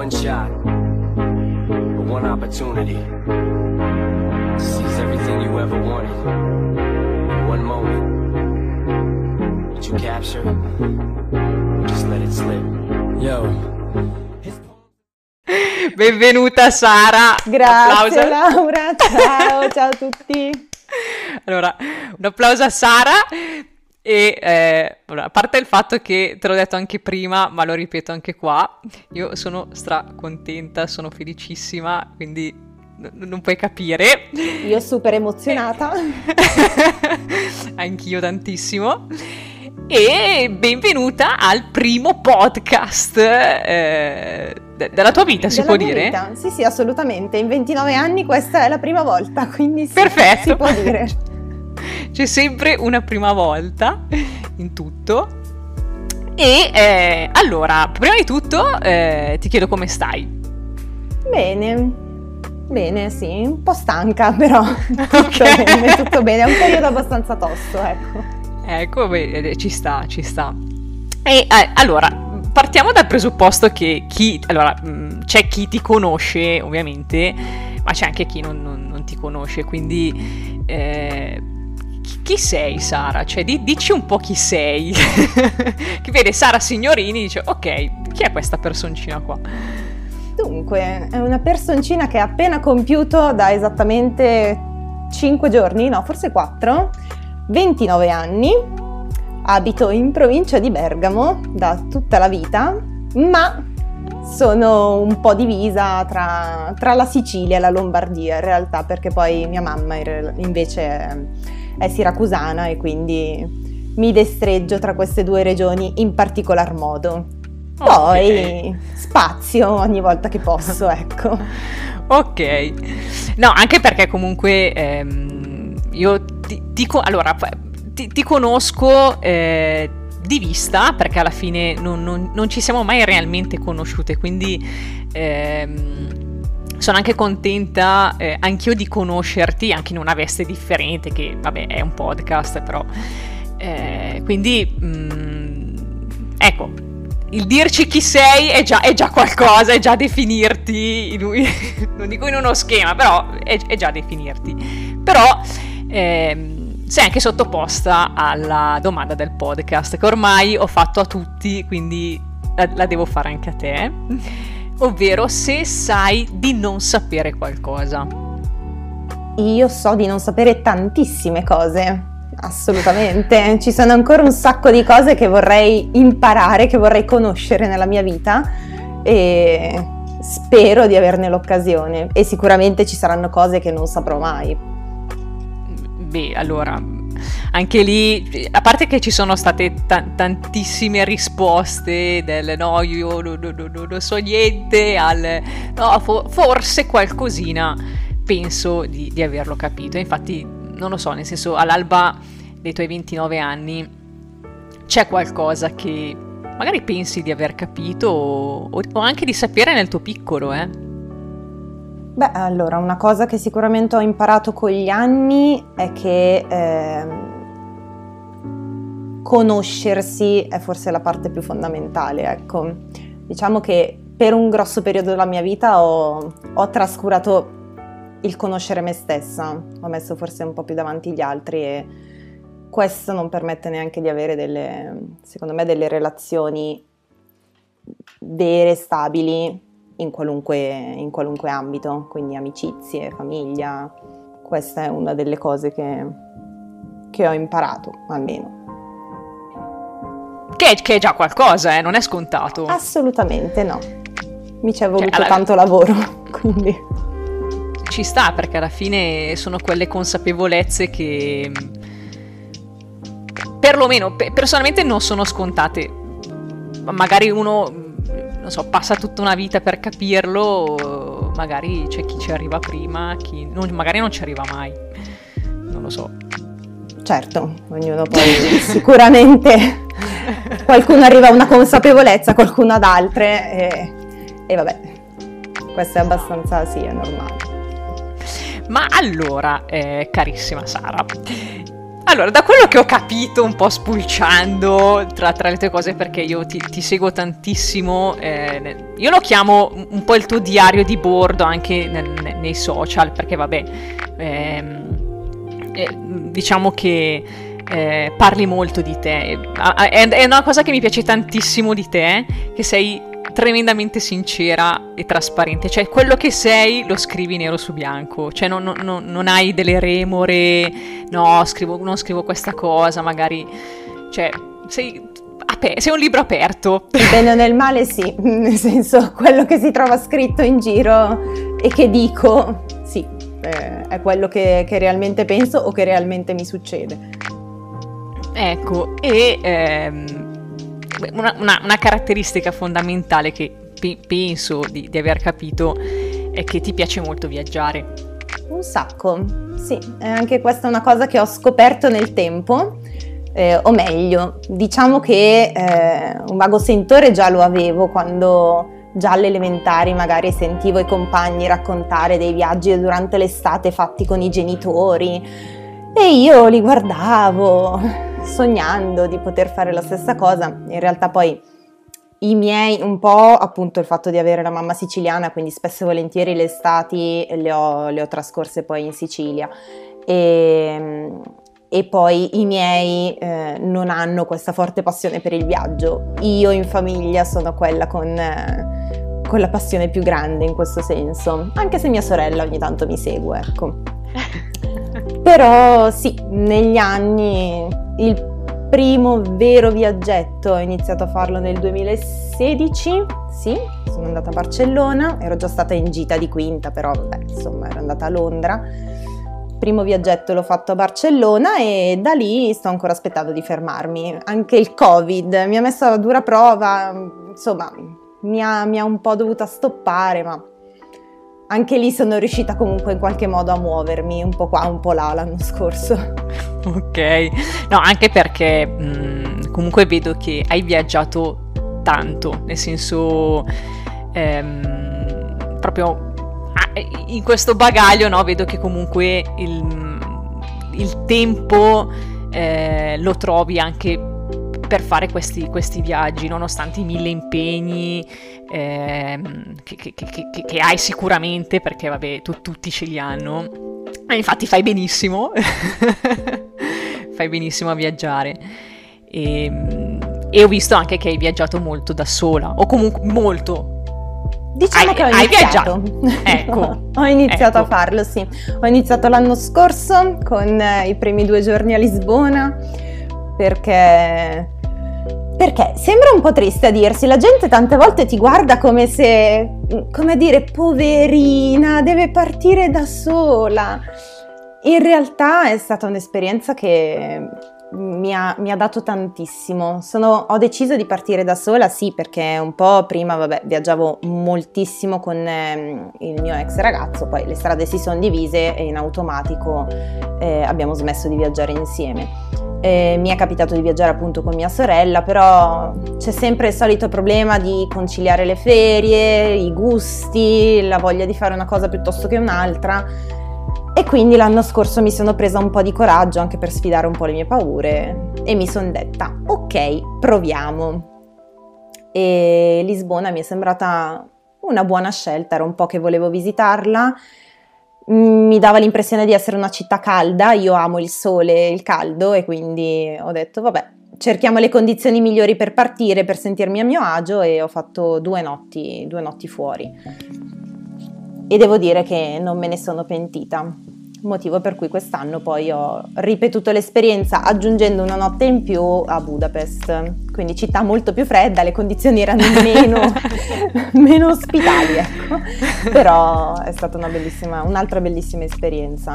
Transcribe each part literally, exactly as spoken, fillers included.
one shot, or one opportunity to seize everything you ever wanted in one moment. Did you capture it? Just let it slip. Yo. Benvenuta Sara. Grazie Laura, ciao, ciao a tutti. Allora, un applauso a Sara e eh, allora, a parte il fatto che te l'ho detto anche prima, ma lo ripeto anche qua, io sono stra contenta, sono felicissima, quindi n- non puoi capire. Io super emozionata. Anch'io tantissimo. E benvenuta al primo podcast eh, de- della tua vita, si Della può mia dire? Vita. Sì, sì, assolutamente. In ventinove anni questa è la prima volta, quindi sì, Perfetto. si può dire. C'è sempre una prima volta in tutto. E eh, allora, prima di tutto eh, ti chiedo come stai. Bene, bene, sì, un po' stanca, però tutto Ok. bene, tutto bene. È un periodo abbastanza tosto, ecco. Ecco, beh, ci sta, ci sta. E eh, allora, partiamo dal presupposto che chi, allora, mh, c'è chi ti conosce, ovviamente, ma c'è anche chi non, non- non ti conosce, quindi eh, chi, chi sei, Sara? Cioè, di- dici un po' chi sei. Chi vede Sara Signorini dice, ok, chi è questa personcina qua? Dunque, è una personcina che ha appena compiuto da esattamente cinque giorni, no, forse quattro, ventinove anni, abito in provincia di Bergamo da tutta la vita, ma sono un po' divisa tra, tra la Sicilia e la Lombardia in realtà, perché poi mia mamma in re- invece è, è siracusana e quindi mi destreggio tra queste due regioni in particolar modo. Poi spazio ogni volta che posso, ecco. Ok, no, anche perché comunque ehm, io ti, ti co- allora, fa- ti, ti conosco eh, di vista, perché alla fine non, non- non ci siamo mai realmente conosciute, quindi ehm, sono anche contenta eh, anch'io di conoscerti, anche in una veste differente, che vabbè è un podcast, però eh, quindi mm, ecco. Il dirci chi sei è già, è già qualcosa, è già definirti, in un- non dico in uno schema, però è, è già definirti. Però ehm, sei anche sottoposta alla domanda del podcast, che ormai ho fatto a tutti, quindi la, la devo fare anche a te, ovvero se sai di non sapere qualcosa. Io so di non sapere tantissime cose, assolutamente. Ci sono ancora un sacco di cose che vorrei imparare, che vorrei conoscere nella mia vita e spero di averne l'occasione. E sicuramente ci saranno cose che non saprò mai. Beh, allora, anche lì, a parte che ci sono state ta- tantissime risposte del no, io non, non- non- non so niente, al no, fo- forse qualcosina penso di, di averlo capito. Infatti, non lo so, nel senso, all'alba dei tuoi ventinove anni c'è qualcosa che magari pensi di aver capito o, o anche di sapere nel tuo piccolo, eh? Beh, allora, una cosa che sicuramente ho imparato con gli anni è che ehm, conoscersi è forse la parte più fondamentale, ecco. Diciamo che per un grosso periodo della mia vita ho, ho trascurato il conoscere me stessa, ho messo forse un po' più davanti gli altri e questo non permette neanche di avere delle, secondo me, delle relazioni vere, stabili in qualunque, in qualunque ambito, quindi amicizie, famiglia. Questa è una delle cose che, che ho imparato, almeno. Che, che è già qualcosa, eh? Non è scontato. Assolutamente no, mi ci è voluto alla- tanto lavoro, quindi... Ci sta, perché alla fine sono quelle consapevolezze che perlomeno pe- personalmente non sono scontate. Magari uno, non so, passa tutta una vita per capirlo, magari c'è chi ci arriva prima, chi non- magari non ci arriva mai, non lo so. Certo, ognuno poi sicuramente qualcuno arriva a una consapevolezza, qualcuno ad altre e, e vabbè, questo è abbastanza, sì, è normale. Ma allora, eh, carissima Sara, Allora, da quello che ho capito un po' spulciando tra, tra le tue cose, perché io ti, ti seguo tantissimo, eh, io lo chiamo un po' il tuo diario di bordo anche nel, nei social, perché vabbè, ehm, eh, diciamo che eh, parli molto di te, è, è una cosa che mi piace tantissimo di te, che sei tremendamente sincera e trasparente, cioè quello che sei lo scrivi nero su bianco, cioè non, non, non hai delle remore, no, scrivo, non scrivo questa cosa, magari, cioè sei, aper- sei un libro aperto. Nel bene o nel male sì, nel senso quello che si trova scritto in giro e che dico, sì, eh, è quello che, che realmente penso o che realmente mi succede. Ecco, e... Ehm, Una, una, una caratteristica fondamentale che pe- penso di, di aver capito è che ti piace molto viaggiare. Un sacco, sì, eh, anche questa è una cosa che ho scoperto nel tempo, eh, o meglio, diciamo che eh, un vago sentore già lo avevo quando già alle elementari magari sentivo i compagni raccontare dei viaggi durante l'estate fatti con i genitori e io li guardavo sognando di poter fare la stessa cosa. In realtà poi i miei, un po' appunto il fatto di avere la mamma siciliana, quindi spesso e volentieri le estati le ho, le ho trascorse poi in Sicilia e, e poi i miei eh, non hanno questa forte passione per il viaggio. Io in famiglia sono quella con, eh, con la passione più grande in questo senso, anche se mia sorella ogni tanto mi segue, ecco. Però sì, negli anni il primo vero viaggetto ho iniziato a farlo nel duemilasedici, sì, sono andata a Barcellona, ero già stata in gita di quinta, però vabbè, insomma ero andata a Londra. Primo viaggetto l'ho fatto a Barcellona e da lì sto ancora aspettando di fermarmi. Anche il Covid mi ha messo a dura prova, insomma mi ha, mi ha un po' dovuta stoppare, ma anche lì sono riuscita comunque in qualche modo a muovermi, un po' qua, un po' là l'anno scorso. Ok, no, anche perché mh, comunque vedo che hai viaggiato tanto, nel senso ehm, proprio in questo bagaglio, no, vedo che comunque il, il tempo eh, lo trovi anche per fare questi, questi viaggi, nonostante i mille impegni ehm, che, che, che, che hai sicuramente, perché vabbè, tu, tutti ce li hanno. E infatti fai benissimo, fai benissimo a viaggiare. E, e ho visto anche che hai viaggiato molto da sola, o comunque molto. Diciamo hai, che ho hai iniziato. Ecco. Ho iniziato ecco. a farlo, sì. Ho iniziato l'anno scorso con eh, i primi due giorni a Lisbona, perché... Perché sembra un po' triste a dirsi, la gente tante volte ti guarda come se, come a dire, poverina, deve partire da sola. In realtà è stata un'esperienza che mi ha, mi ha dato tantissimo. Sono, ho deciso di partire da sola, sì, perché un po' prima, vabbè, viaggiavo moltissimo con eh, il mio ex ragazzo, poi le strade si sono divise e in automatico eh, abbiamo smesso di viaggiare insieme. Eh, mi è capitato di viaggiare appunto con mia sorella, però c'è sempre il solito problema di conciliare le ferie, i gusti, la voglia di fare una cosa piuttosto che un'altra, e quindi l'anno scorso mi sono presa un po' di coraggio anche per sfidare un po' le mie paure e mi sono detta ok, proviamo. E Lisbona mi è sembrata una buona scelta, era un po' che volevo visitarla. Mi dava l'impressione di essere una città calda, io amo il sole e il caldo e quindi ho detto vabbè, cerchiamo le condizioni migliori per partire, per sentirmi a mio agio, e ho fatto due notti, due notti fuori. E devo dire che non me ne sono pentita, motivo per cui quest'anno poi ho ripetuto l'esperienza aggiungendo una notte in più a Budapest, quindi città molto più fredda, le condizioni erano meno, meno ospitali, ecco. Però è stata una bellissima, un'altra bellissima esperienza.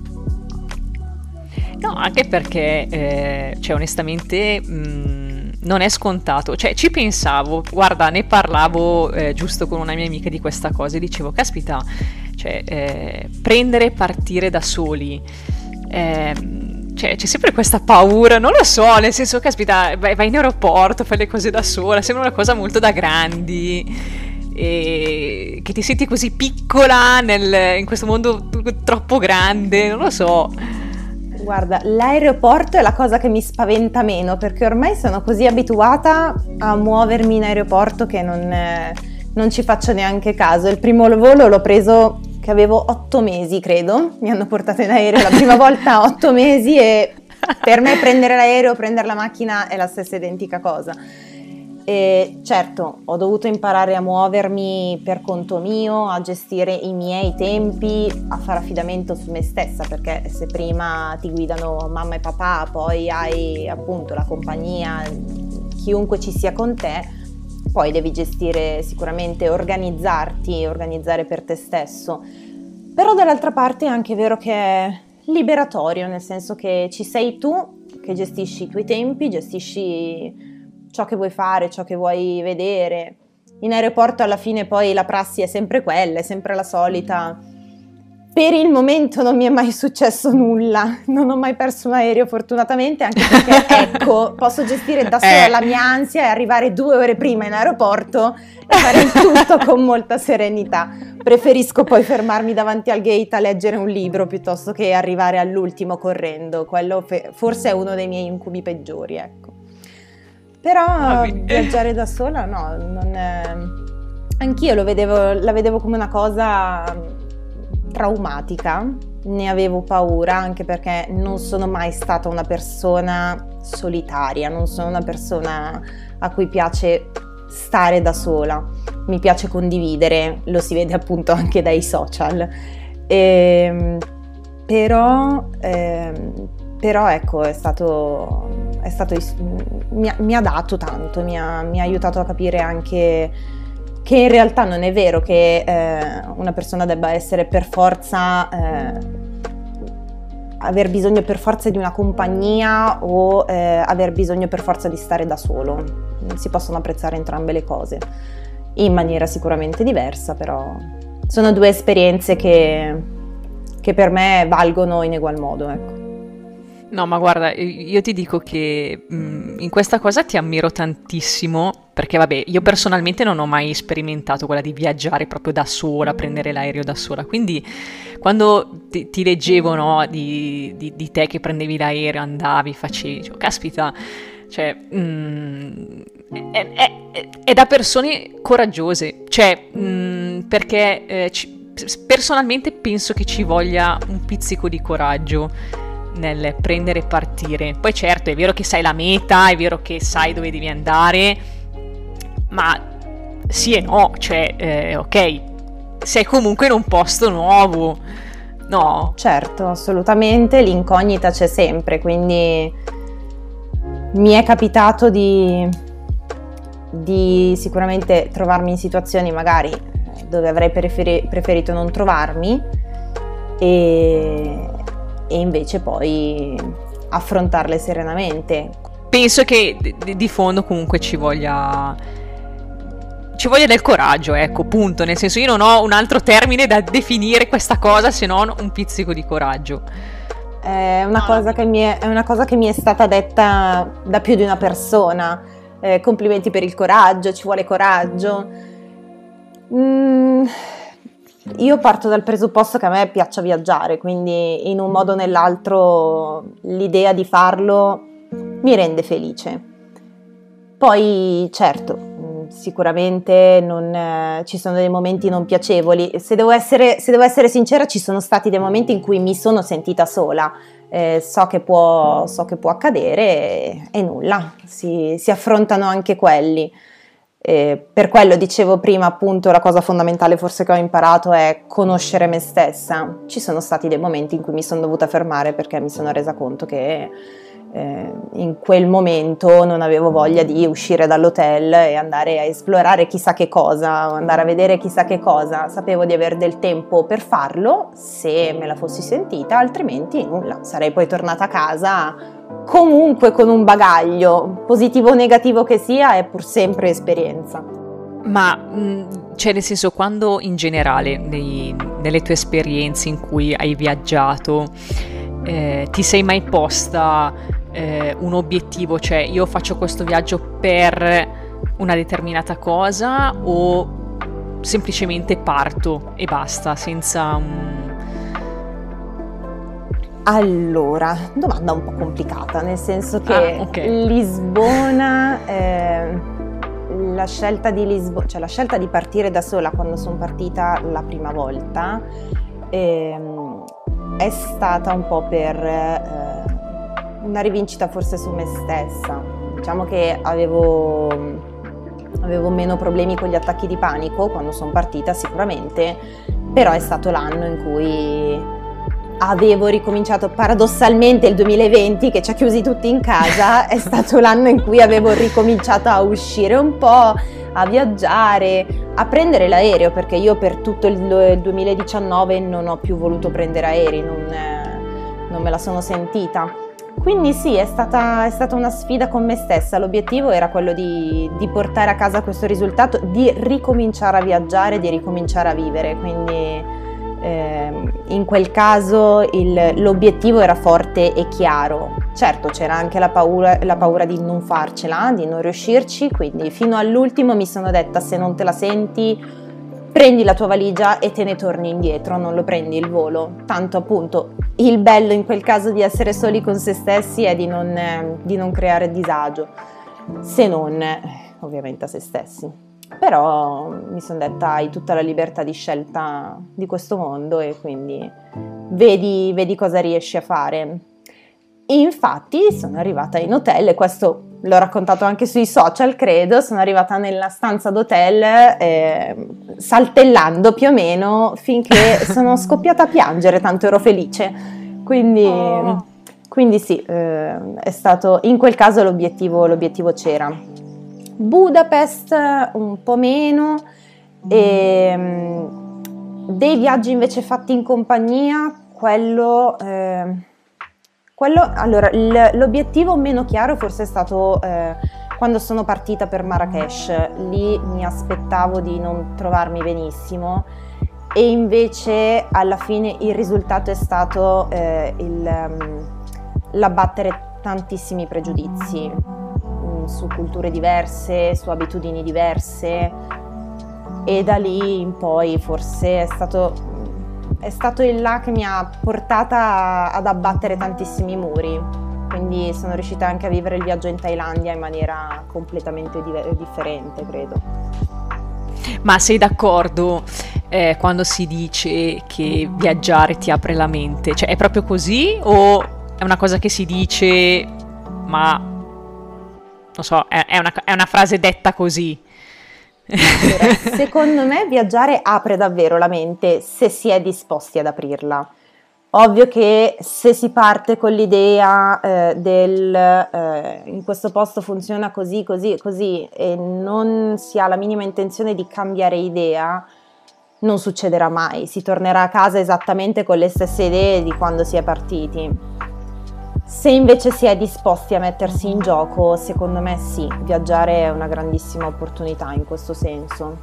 No, anche perché, eh, cioè onestamente mh, non è scontato, cioè ci pensavo, guarda, ne parlavo eh, giusto con una mia amica di questa cosa e dicevo, caspita, cioè eh, prendere e partire da soli, eh, cioè c'è sempre questa paura, non lo so, nel senso, caspita, vai, vai in aeroporto, fai le cose da sola, sembra una cosa molto da grandi, e che ti senti così piccola nel, in questo mondo troppo grande, non lo so. Guarda, l'aeroporto è la cosa che mi spaventa meno, perché ormai sono così abituata a muovermi in aeroporto che non, eh, non ci faccio neanche caso. Il primo volo l'ho preso che avevo otto mesi, credo, mi hanno portato in aereo la prima volta a otto mesi e per me prendere l'aereo o prendere la macchina è la stessa identica cosa. E certo, ho dovuto imparare a muovermi per conto mio, a gestire i miei tempi, a fare affidamento su me stessa, perché se prima ti guidano mamma e papà, poi hai appunto la compagnia, chiunque ci sia con te, poi devi gestire sicuramente, organizzarti, organizzare per te stesso. Però dall'altra parte è anche vero che è liberatorio, nel senso che ci sei tu che gestisci i tuoi tempi, gestisci ciò che vuoi fare, ciò che vuoi vedere. In aeroporto alla fine poi la prassi è sempre quella, è sempre la solita. Per il momento non mi è mai successo nulla, non ho mai perso un aereo fortunatamente, anche perché ecco, posso gestire da sola Eh. la mia ansia e arrivare due ore prima in aeroporto e fare il tutto con molta serenità. Preferisco poi fermarmi davanti al gate a leggere un libro piuttosto che arrivare all'ultimo correndo. Quello fe- forse è uno dei miei incubi peggiori, ecco. Però Ah, mi- viaggiare da sola no, non è... Anch'io lo vedevo, la vedevo come una cosa traumatica, ne avevo paura anche perché non sono mai stata una persona solitaria, non sono una persona a cui piace stare da sola, mi piace condividere, lo si vede appunto anche dai social. E, però, ehm, però ecco, è stato, è stato mi, ha, mi ha dato tanto, mi ha, mi ha aiutato a capire anche che in realtà non è vero che eh, una persona debba essere per forza, eh, aver bisogno per forza di una compagnia o eh, aver bisogno per forza di stare da solo. Si possono apprezzare entrambe le cose, in maniera sicuramente diversa, però sono due esperienze che, che per me valgono in egual modo, ecco. No, ma guarda, io ti dico che mh, in questa cosa ti ammiro tantissimo, perché vabbè, io personalmente non ho mai sperimentato quella di viaggiare proprio da sola, prendere l'aereo da sola, quindi quando ti, ti leggevo, no, di, di, di te che prendevi l'aereo, andavi, facevi, dicevo, caspita, cioè, mh, è, è, è da persone coraggiose, cioè, mh, perché eh, ci, personalmente penso che ci voglia un pizzico di coraggio nel prendere e partire. Poi certo, è vero che sai la meta, è vero che sai dove devi andare, ma sì e no, cioè, eh, ok, sei comunque in un posto nuovo, no? Certo, assolutamente, l'incognita c'è sempre, quindi mi è capitato di, di sicuramente trovarmi in situazioni magari dove avrei preferi- preferito non trovarmi e e invece poi affrontarle serenamente. Penso che di, di fondo comunque ci voglia ci voglia del coraggio, ecco, punto, nel senso io non ho un altro termine da definire questa cosa se non un pizzico di coraggio. È una, cosa che mi è, è una cosa che mi è stata detta da più di una persona, eh, complimenti per il coraggio, ci vuole coraggio. Mm. Io parto dal presupposto che a me piaccia viaggiare, quindi in un modo o nell'altro l'idea di farlo mi rende felice. Poi certo, sicuramente non, eh, ci sono dei momenti non piacevoli. Se devo essere, se devo essere sincera, ci sono stati dei momenti in cui mi sono sentita sola. Eh, so che può, so che può accadere e, e nulla, si, si affrontano anche quelli. Eh, per quello dicevo prima, appunto, la cosa fondamentale forse che ho imparato è conoscere me stessa. Ci sono stati dei momenti in cui mi sono dovuta fermare perché mi sono resa conto che eh, in quel momento non avevo voglia di uscire dall'hotel e andare a esplorare chissà che cosa, o andare a vedere chissà che cosa. Sapevo di avere del tempo per farlo se me la fossi sentita, altrimenti nulla, sarei poi tornata a casa comunque con un bagaglio, positivo o negativo che sia, è pur sempre esperienza. Ma mh, cioè nel senso, quando in generale nei, nelle tue esperienze in cui hai viaggiato eh, ti sei mai posta eh, un obiettivo, cioè io faccio questo viaggio per una determinata cosa, o semplicemente parto e basta, senza un... Allora, domanda un po' complicata, nel senso che ah, okay. Lisbona, eh, la scelta di Lisbona, cioè la scelta di partire da sola quando sono partita la prima volta, eh, è stata un po' per eh, una rivincita forse su me stessa. Diciamo che avevo, avevo meno problemi con gli attacchi di panico quando sono partita sicuramente, però è stato l'anno in cui avevo ricominciato, paradossalmente il duemilaventi che ci ha chiusi tutti in casa, è stato l'anno in cui avevo ricominciato a uscire un po', a viaggiare, a prendere l'aereo, perché io per tutto il duemiladiciannove non ho più voluto prendere aerei, non, non me la sono sentita. Quindi sì, è stata, è stata una sfida con me stessa. L'obiettivo era quello di, di portare a casa questo risultato, di ricominciare a viaggiare, di ricominciare a vivere, quindi in quel caso il, l'obiettivo era forte e chiaro. Certo, c'era anche la paura, la paura di non farcela, di non riuscirci, quindi fino all'ultimo mi sono detta: se non te la senti, prendi la tua valigia e te ne torni indietro, non lo prendi il volo. Tanto appunto il bello in quel caso di essere soli con se stessi è di non, eh, di non creare disagio, se non eh, ovviamente a se stessi. Però mi sono detta: hai tutta la libertà di scelta di questo mondo e quindi vedi, vedi cosa riesci a fare. Infatti sono arrivata in hotel, e questo l'ho raccontato anche sui social, credo. Sono arrivata nella stanza d'hotel eh, saltellando più o meno, finché sono scoppiata a piangere, tanto ero felice. Quindi, oh. quindi sì, eh, è stato, in quel caso l'obiettivo, l'obiettivo c'era. Budapest un po' meno, e dei viaggi invece fatti in compagnia, quello, eh, quello allora il, l'obiettivo meno chiaro forse è stato eh, quando sono partita per Marrakech. Lì mi aspettavo di non trovarmi benissimo e invece alla fine il risultato è stato eh, il, um, l'abbattere tantissimi pregiudizi su culture diverse, su abitudini diverse, e da lì in poi forse è stato, è stato il là che mi ha portata ad abbattere tantissimi muri, quindi sono riuscita anche a vivere il viaggio in Thailandia in maniera completamente di- differente, credo. Ma sei d'accordo eh, quando si dice che viaggiare ti apre la mente? Cioè è proprio così o è una cosa che si dice ma non so, è, è, una, è una frase detta così? Allora, secondo me viaggiare apre davvero la mente se si è disposti ad aprirla. Ovvio che se si parte con l'idea eh, del eh, in questo posto funziona così, così, così, e non si ha la minima intenzione di cambiare idea, non succederà mai. Si tornerà a casa esattamente con le stesse idee di quando si è partiti. Se invece si è disposti a mettersi in gioco, secondo me sì, viaggiare è una grandissima opportunità in questo senso.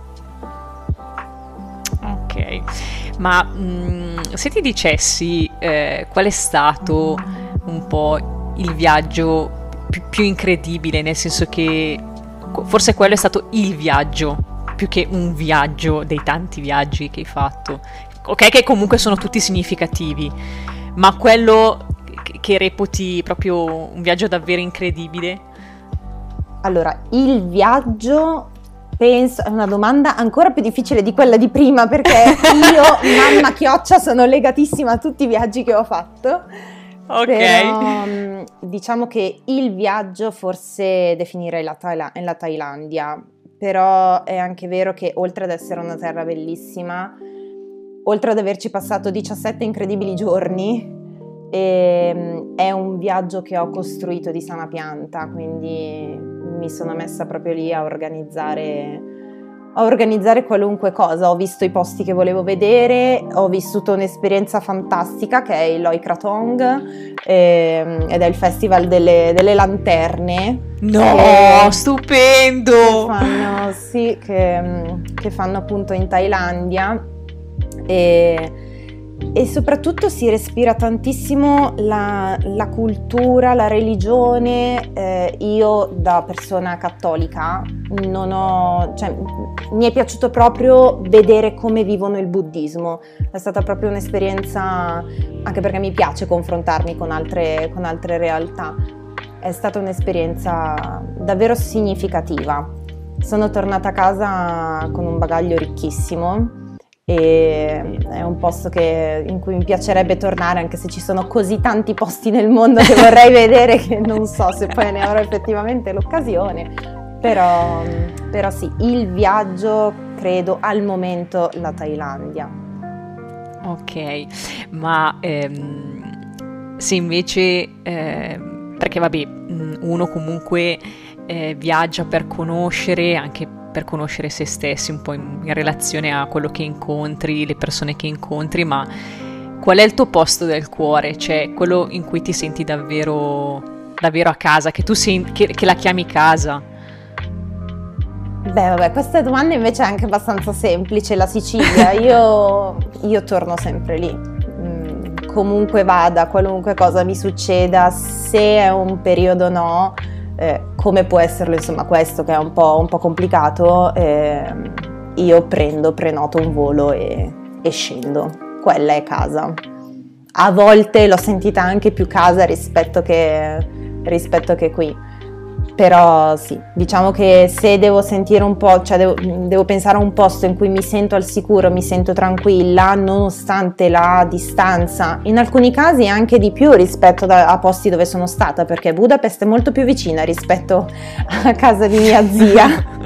Ok, ma mh, se ti dicessi eh, qual è stato un po' il viaggio più, più incredibile, nel senso che forse quello è stato il viaggio, più che un viaggio dei tanti viaggi che hai fatto, ok, che comunque sono tutti significativi, ma quello che reputi proprio un viaggio davvero incredibile? Allora, il viaggio, penso, è una domanda ancora più difficile di quella di prima, perché io, mamma chioccia, sono legatissima a tutti i viaggi che ho fatto. Ok. Però, diciamo che il viaggio forse definirei la, Thaila- la Thailandia, però è anche vero che oltre ad essere una terra bellissima, oltre ad averci passato diciassette incredibili giorni, e è un viaggio che ho costruito di sana pianta, quindi mi sono messa proprio lì a organizzare a organizzare qualunque cosa. Ho visto i posti che volevo vedere, ho vissuto un'esperienza fantastica che è il Loy Krathong eh, ed è il festival delle, delle lanterne. No, che, stupendo! Che fanno, sì, che, che fanno appunto in Thailandia, e e soprattutto si respira tantissimo la, la cultura, la religione. Eh, io da persona cattolica non ho, cioè, mi è piaciuto proprio vedere come vivono il buddismo, è stata proprio un'esperienza, anche perché mi piace confrontarmi con altre, con altre realtà, è stata un'esperienza davvero significativa. Sono tornata a casa con un bagaglio ricchissimo e è un posto che, in cui mi piacerebbe tornare, anche se ci sono così tanti posti nel mondo che vorrei vedere che non so se poi ne avrò effettivamente l'occasione, però, però sì, il viaggio credo al momento la Thailandia. Ok, ma ehm, se invece, eh, perché vabbè, uno comunque eh, viaggia per conoscere, anche per conoscere se stessi, un po' in, in relazione a quello che incontri, le persone che incontri, ma qual è il tuo posto del cuore? Cioè quello in cui ti senti davvero, davvero a casa, che tu senti, che, che la chiami casa? Beh, vabbè, questa domanda invece è anche abbastanza semplice. La Sicilia, io, io torno sempre lì. Mm, comunque vada, qualunque cosa mi succeda, se è un periodo no, eh, come può esserlo insomma questo che è un po', un po' complicato, eh, io prendo, prenoto un volo e, e scendo. Quella è casa. A volte l'ho sentita anche più casa rispetto che, rispetto che qui. Però sì, diciamo che se devo sentire un po', cioè devo, devo pensare a un posto in cui mi sento al sicuro, mi sento tranquilla, nonostante la distanza, in alcuni casi anche di più rispetto da, a posti dove sono stata, perché Budapest è molto più vicina rispetto a casa di mia zia.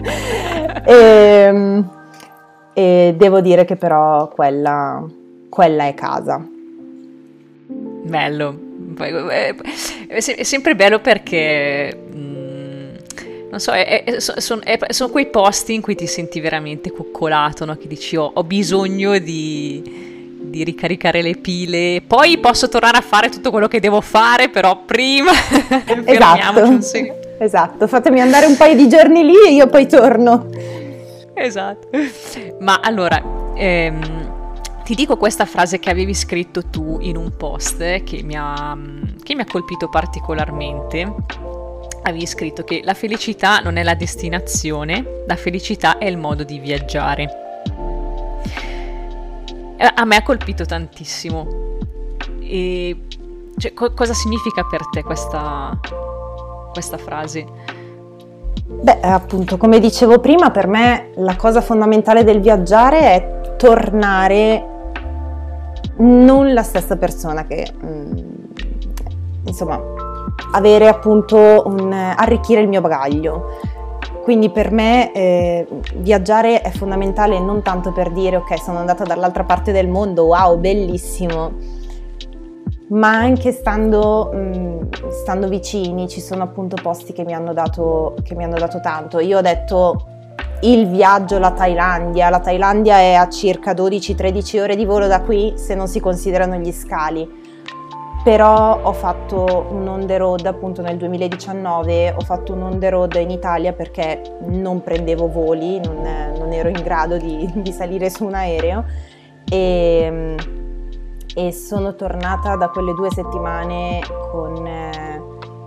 e, e devo dire che però quella, quella è casa. Bello, è sempre bello perché... non so, è, è, sono, è, sono quei posti in cui ti senti veramente coccolato, no? Che dici oh, ho bisogno di, di ricaricare le pile, poi posso tornare a fare tutto quello che devo fare, però prima fermiamoci un secondo. Esatto, fatemi andare un paio di giorni lì e io poi torno. Esatto. Ma allora, ehm, ti dico questa frase che avevi scritto tu in un post eh, che mi ha, che mi ha colpito particolarmente. Avevi scritto che la felicità non è la destinazione, la felicità è il modo di viaggiare. A me ha colpito tantissimo. E cioè, co- cosa significa per te questa, questa frase? Beh, appunto, come dicevo prima, per me la cosa fondamentale del viaggiare è tornare non la stessa persona che, mh, insomma, avere appunto un arricchire il mio bagaglio. Quindi per me eh, viaggiare è fondamentale non tanto per dire ok, sono andata dall'altra parte del mondo, wow, bellissimo, ma anche stando, mh, stando vicini. Ci sono appunto posti che mi hanno dato, che mi hanno dato tanto. Io ho detto il viaggio, la Thailandia, la Thailandia è a circa dodici tredici ore di volo da qui se non si considerano gli scali. Però ho fatto un on the road appunto nel duemiladiciannove, ho fatto un on the road in Italia perché non prendevo voli, non, non ero in grado di, di salire su un aereo e, e sono tornata da quelle due settimane con eh,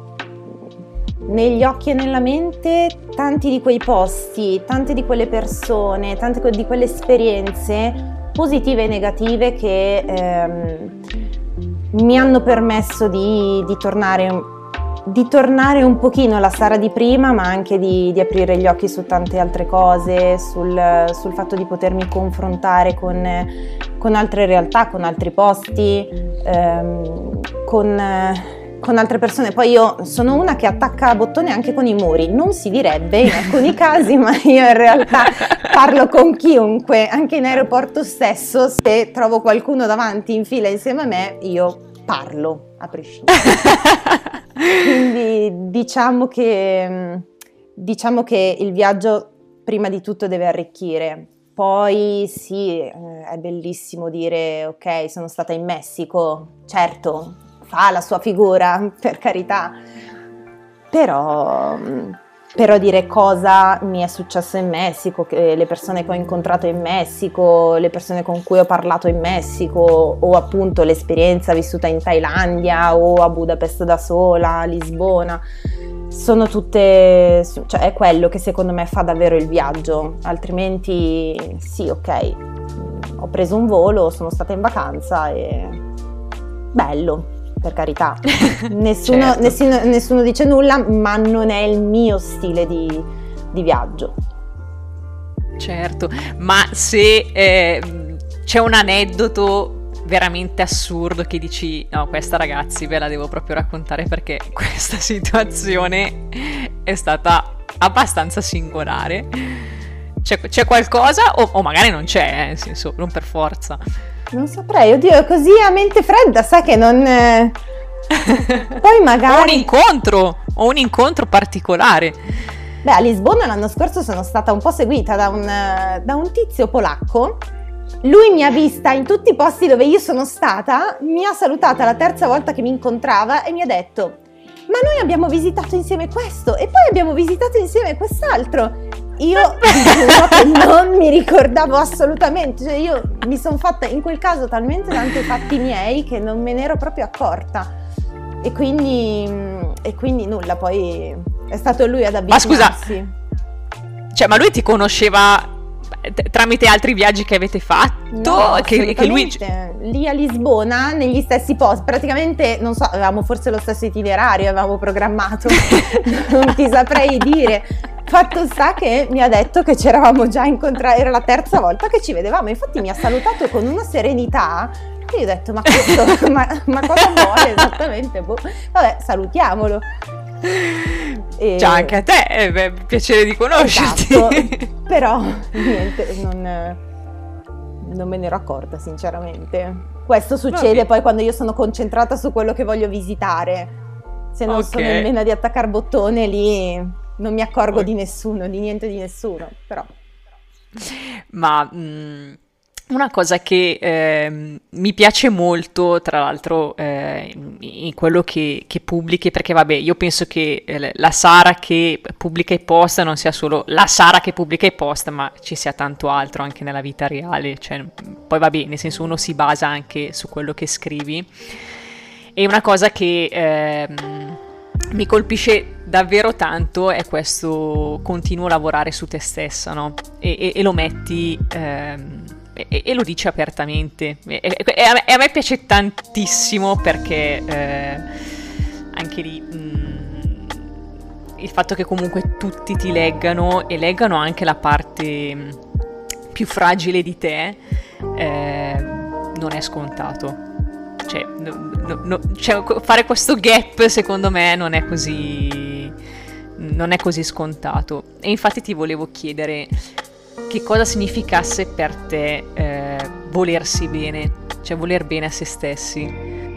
negli occhi e nella mente tanti di quei posti, tante di quelle persone, tante di quelle esperienze positive e negative che... Ehm, mi hanno permesso di, di, tornare, di tornare un pochino alla Sara di prima, ma anche di, di aprire gli occhi su tante altre cose, sul, sul fatto di potermi confrontare con, con altre realtà, con altri posti, ehm, con, con altre persone. Poi io sono una che attacca a bottone anche con i muri, non si direbbe in alcuni casi, ma io in realtà parlo con chiunque, anche in aeroporto stesso, se trovo qualcuno davanti in fila insieme a me, io parlo a prescindere. Quindi diciamo che, diciamo che il viaggio prima di tutto deve arricchire. Poi sì, è bellissimo dire ok, sono stata in Messico, certo, fa la sua figura, per carità, però però dire cosa mi è successo in Messico, che le persone che ho incontrato in Messico, le persone con cui ho parlato in Messico, o appunto l'esperienza vissuta in Thailandia o a Budapest da sola, a Lisbona, sono tutte, cioè è quello che secondo me fa davvero il viaggio. Altrimenti sì, ok, ho preso un volo, sono stata in vacanza e bello, per carità, nessuno, Certo. nessuno, nessuno dice nulla, ma non è il mio stile di, di viaggio. Certo, ma se eh, c'è un aneddoto veramente assurdo che dici, no, questa ragazzi ve la devo proprio raccontare perché questa situazione è stata abbastanza singolare, c'è, c'è qualcosa o, o magari non c'è, eh, nel senso, non per forza. Non saprei, oddio, così a mente fredda, sai che non... eh, Poi magari... O un incontro, o un incontro particolare. Beh, a Lisbona l'anno scorso sono stata un po' seguita da un, da un tizio polacco. Lui mi ha vista in tutti i posti dove io sono stata, mi ha salutata la terza volta che mi incontrava e mi ha detto: ma noi abbiamo visitato insieme questo e poi abbiamo visitato insieme quest'altro. Io giuro che non mi ricordavo assolutamente, cioè io mi sono fatta in quel caso talmente tanti fatti miei che non me ne ero proprio accorta e quindi, e quindi nulla, poi è stato lui ad avvicinarsi. Ma scusa, cioè ma lui ti conosceva tramite altri viaggi che avete fatto? No, che, che lui... lì a Lisbona, negli stessi posti, praticamente, non so, avevamo forse lo stesso itinerario, avevamo programmato, non ti saprei dire. Fatto sta che mi ha detto che ci eravamo già incontrati, era la terza volta che ci vedevamo, infatti mi ha salutato con una serenità che io ho detto: ma questo, ma, ma cosa vuole esattamente? Boh. Vabbè, salutiamolo. E... Già, anche a te, è beh, piacere di conoscerti. Esatto, però niente, non, non me ne ero accorta sinceramente. Questo succede Vabbè. Poi quando io sono concentrata su quello che voglio visitare, se non Ok. sono nemmeno di attaccar bottone lì non mi accorgo Ok. di nessuno, di niente di nessuno, però. Ma mh, una cosa che ehm, mi piace molto, tra l'altro, eh, in, in quello che, che pubblichi, perché vabbè, io penso che eh, la Sara che pubblica i post non sia solo la Sara che pubblica i post, ma ci sia tanto altro anche nella vita reale, cioè, poi vabbè, nel senso uno si basa anche su quello che scrivi. E una cosa che ehm, mi colpisce davvero tanto è questo continuo lavorare su te stessa, no? E, e, e lo metti ehm, e, e lo dici apertamente. E, e, e, a me, e a me piace tantissimo perché eh, anche lì mh, il fatto che comunque tutti ti leggano e leggano anche la parte mh, più fragile di te eh, non è scontato. Cioè, no, no, no, cioè, fare questo gap secondo me non è così non è così scontato. E infatti ti volevo chiedere che cosa significasse per te eh, volersi bene, cioè voler bene a se stessi.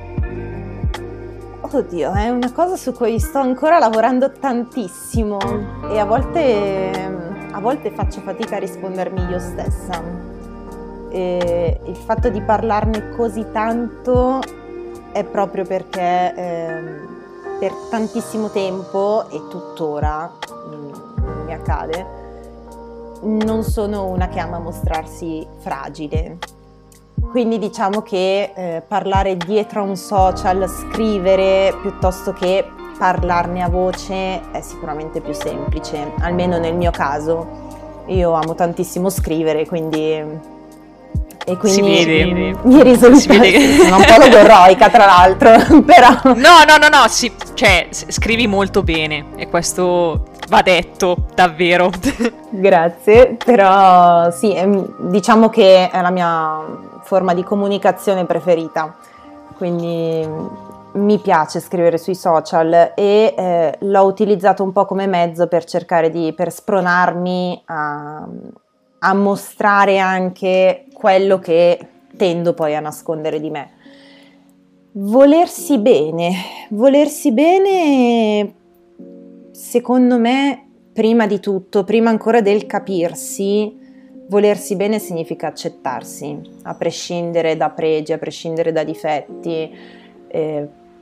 Oddio, è una cosa su cui sto ancora lavorando tantissimo e a volte, a volte faccio fatica a rispondermi io stessa. E il fatto di parlarne così tanto è proprio perché ehm, per tantissimo tempo e tuttora mh, mi accade, non sono una che ama mostrarsi fragile. Quindi diciamo che eh, parlare dietro a un social, scrivere piuttosto che parlarne a voce è sicuramente più semplice, almeno nel mio caso. Io amo tantissimo scrivere, quindi e quindi si vede, mi risulta, si vede. Sono un po' logorroica tra l'altro, però no no no no si, cioè scrivi molto bene e questo va detto davvero. Grazie, però sì, diciamo che è la mia forma di comunicazione preferita, quindi mi piace scrivere sui social e eh, l'ho utilizzato un po' come mezzo per cercare di per spronarmi a a mostrare anche quello che tendo poi a nascondere di me. Volersi bene, volersi bene, secondo me, prima di tutto, prima ancora del capirsi, volersi bene significa accettarsi, a prescindere da pregi, a prescindere da difetti, eh,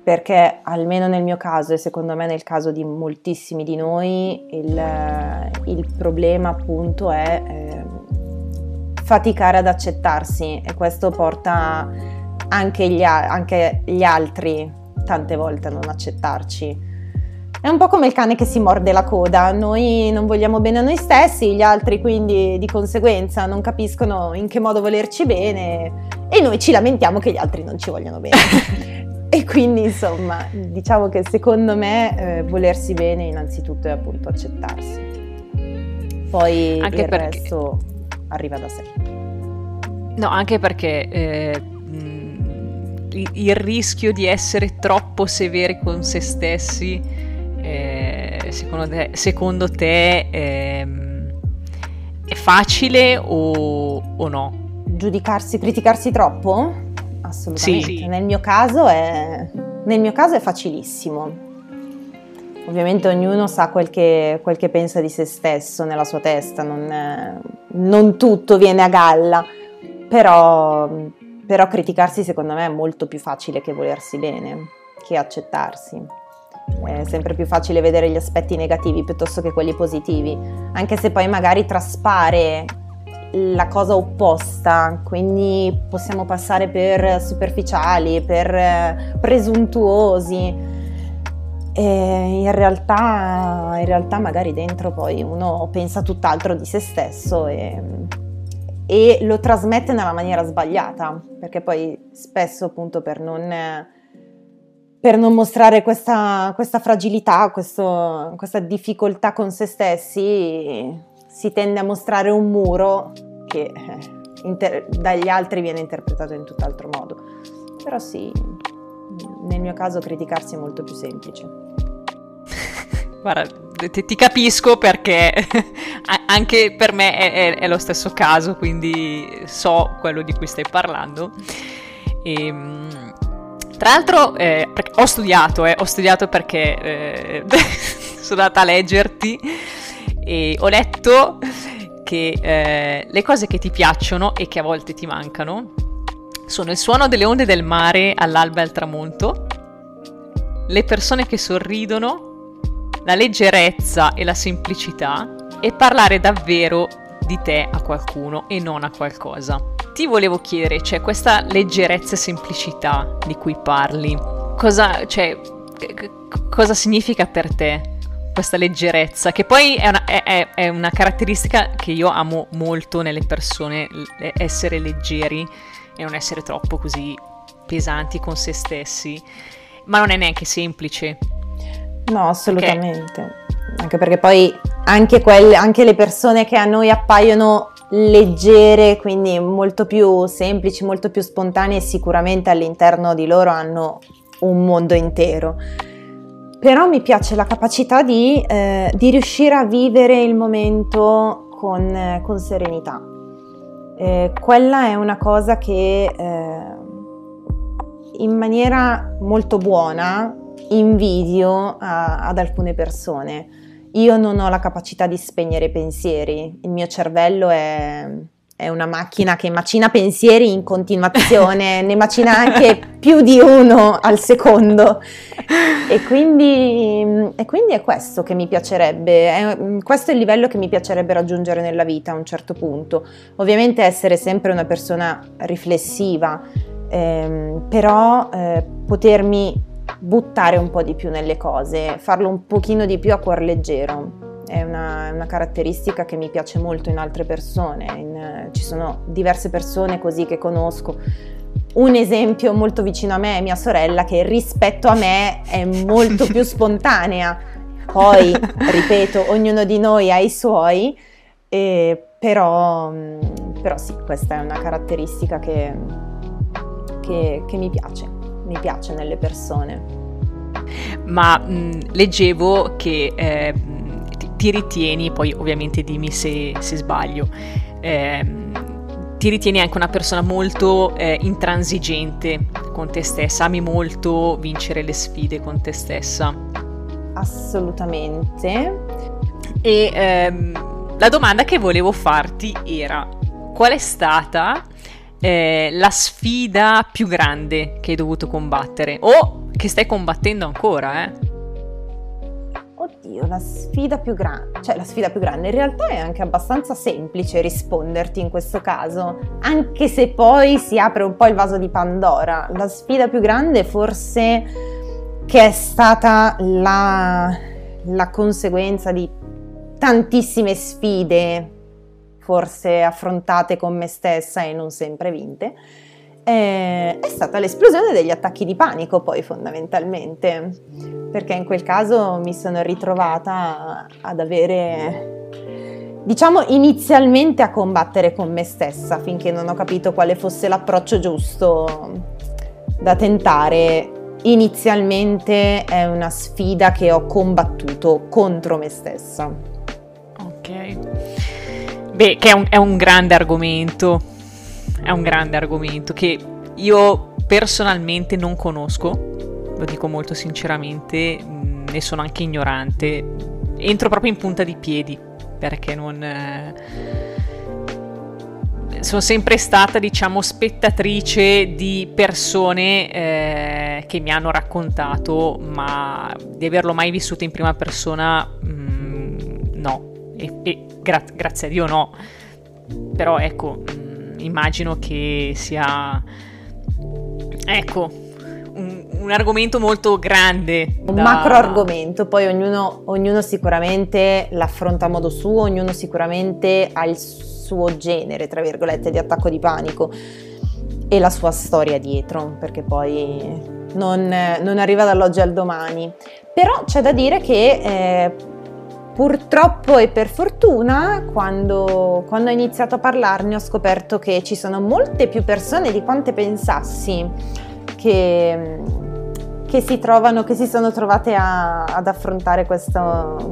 perché almeno nel mio caso e secondo me nel caso di moltissimi di noi il, il problema appunto è eh, faticare ad accettarsi, e questo porta anche gli, anche gli altri tante volte a non accettarci. È un po' come il cane che si morde la coda: noi non vogliamo bene a noi stessi, gli altri quindi di conseguenza non capiscono in che modo volerci bene e noi ci lamentiamo che gli altri non ci vogliono bene. E quindi insomma diciamo che secondo me eh, volersi bene innanzitutto è appunto accettarsi, poi anche il perché... resto arriva da sé. No, anche perché eh, il, il rischio di essere troppo severi con se stessi Eh, secondo te, secondo te ehm, è facile o, o no? Giudicarsi, criticarsi troppo? Assolutamente. Sì. Nel mio caso è, nel mio caso è facilissimo. Ovviamente ognuno sa quel che, quel che pensa di se stesso nella sua testa, non, è, non tutto viene a galla, però, però criticarsi secondo me è molto più facile che volersi bene, che accettarsi. È sempre più facile vedere gli aspetti negativi piuttosto che quelli positivi, anche se poi magari traspare la cosa opposta, quindi possiamo passare per superficiali, per presuntuosi, e in realtà, in realtà magari dentro poi uno pensa tutt'altro di se stesso e, e lo trasmette nella maniera sbagliata, perché poi spesso appunto per non... per non mostrare questa, questa fragilità, questo, questa difficoltà con se stessi, si tende a mostrare un muro che eh, inter- dagli altri viene interpretato in tutt'altro modo. Però sì, nel mio caso criticarsi è molto più semplice. Guarda, ti, ti capisco perché anche per me è, è, è lo stesso caso, quindi so quello di cui stai parlando. E... Tra l'altro eh, ho studiato, eh, ho studiato perché eh, sono andata a leggerti e ho letto che eh, le cose che ti piacciono e che a volte ti mancano sono il suono delle onde del mare all'alba e al tramonto, le persone che sorridono, la leggerezza e la semplicità e parlare davvero di te a qualcuno e non a qualcosa. Ti volevo chiedere, cioè, questa leggerezza e semplicità di cui parli, cosa, cioè, cosa significa per te questa leggerezza? Che poi è una, è, è una caratteristica che io amo molto nelle persone, essere leggeri e non essere troppo così pesanti con se stessi, ma non è neanche semplice. No, assolutamente. Perché... anche perché poi anche, quelle, anche le persone che a noi appaiono leggere, quindi molto più semplici, molto più spontanee, sicuramente all'interno di loro hanno un mondo intero. Però mi piace la capacità di, eh, di riuscire a vivere il momento con, eh, con serenità. Eh, quella è una cosa che eh, in maniera molto buona invidio a, ad alcune persone. Io non ho la capacità di spegnere i pensieri, il mio cervello è, è una macchina che macina pensieri in continuazione, ne macina anche più di uno al secondo, e quindi, e quindi è questo che mi piacerebbe, è, questo è il livello che mi piacerebbe raggiungere nella vita a un certo punto. Ovviamente essere sempre una persona riflessiva, ehm, però eh, potermi buttare un po' di più nelle cose, farlo un pochino di più a cuor leggero. È una, è una caratteristica che mi piace molto in altre persone. In, ci sono diverse persone così che conosco. Un esempio molto vicino a me è mia sorella, che rispetto a me è molto più spontanea. Poi, ripeto, ognuno di noi ha i suoi, eh, però, però sì, questa è una caratteristica che, che, che mi piace. mi piace nelle persone. Ma mh, leggevo che eh, ti, ti ritieni, poi ovviamente dimmi se, se sbaglio, eh, ti ritieni anche una persona molto eh, intransigente con te stessa, ami molto vincere le sfide con te stessa. Assolutamente. E ehm, la domanda che volevo farti era: qual è stata eh, la sfida più grande che hai dovuto combattere o che stai combattendo ancora, eh? Oddio, la sfida più grande, cioè la sfida più grande in realtà è anche abbastanza semplice risponderti in questo caso, anche se poi si apre un po' il vaso di Pandora. La sfida più grande forse che è stata la, la conseguenza di tantissime sfide, forse affrontate con me stessa e non sempre vinte, è stata l'esplosione degli attacchi di panico, poi fondamentalmente, perché in quel caso mi sono ritrovata ad avere, diciamo, inizialmente a combattere con me stessa finché non ho capito quale fosse l'approccio giusto da tentare. Inizialmente è una sfida che ho combattuto contro me stessa. Ok, beh, che è un, è un grande argomento. È un grande argomento che io personalmente non conosco, lo dico molto sinceramente, ne sono anche ignorante, entro proprio in punta di piedi perché non eh, sono sempre stata, diciamo, spettatrice di persone eh, che mi hanno raccontato, ma di averlo mai vissuto in prima persona mh, no, e, e gra- grazie a Dio no, però ecco, mh, immagino che sia, ecco, un, un argomento molto grande. Un da... macro argomento, poi ognuno, ognuno sicuramente l'affronta a modo suo, ognuno sicuramente ha il suo genere, tra virgolette, di attacco di panico e la sua storia dietro, perché poi non, non arriva dall'oggi al domani. Però c'è da dire che eh, purtroppo e per fortuna, quando, quando ho iniziato a parlarne ho scoperto che ci sono molte più persone di quante pensassi che, che si trovano, che si sono trovate a, ad affrontare questo,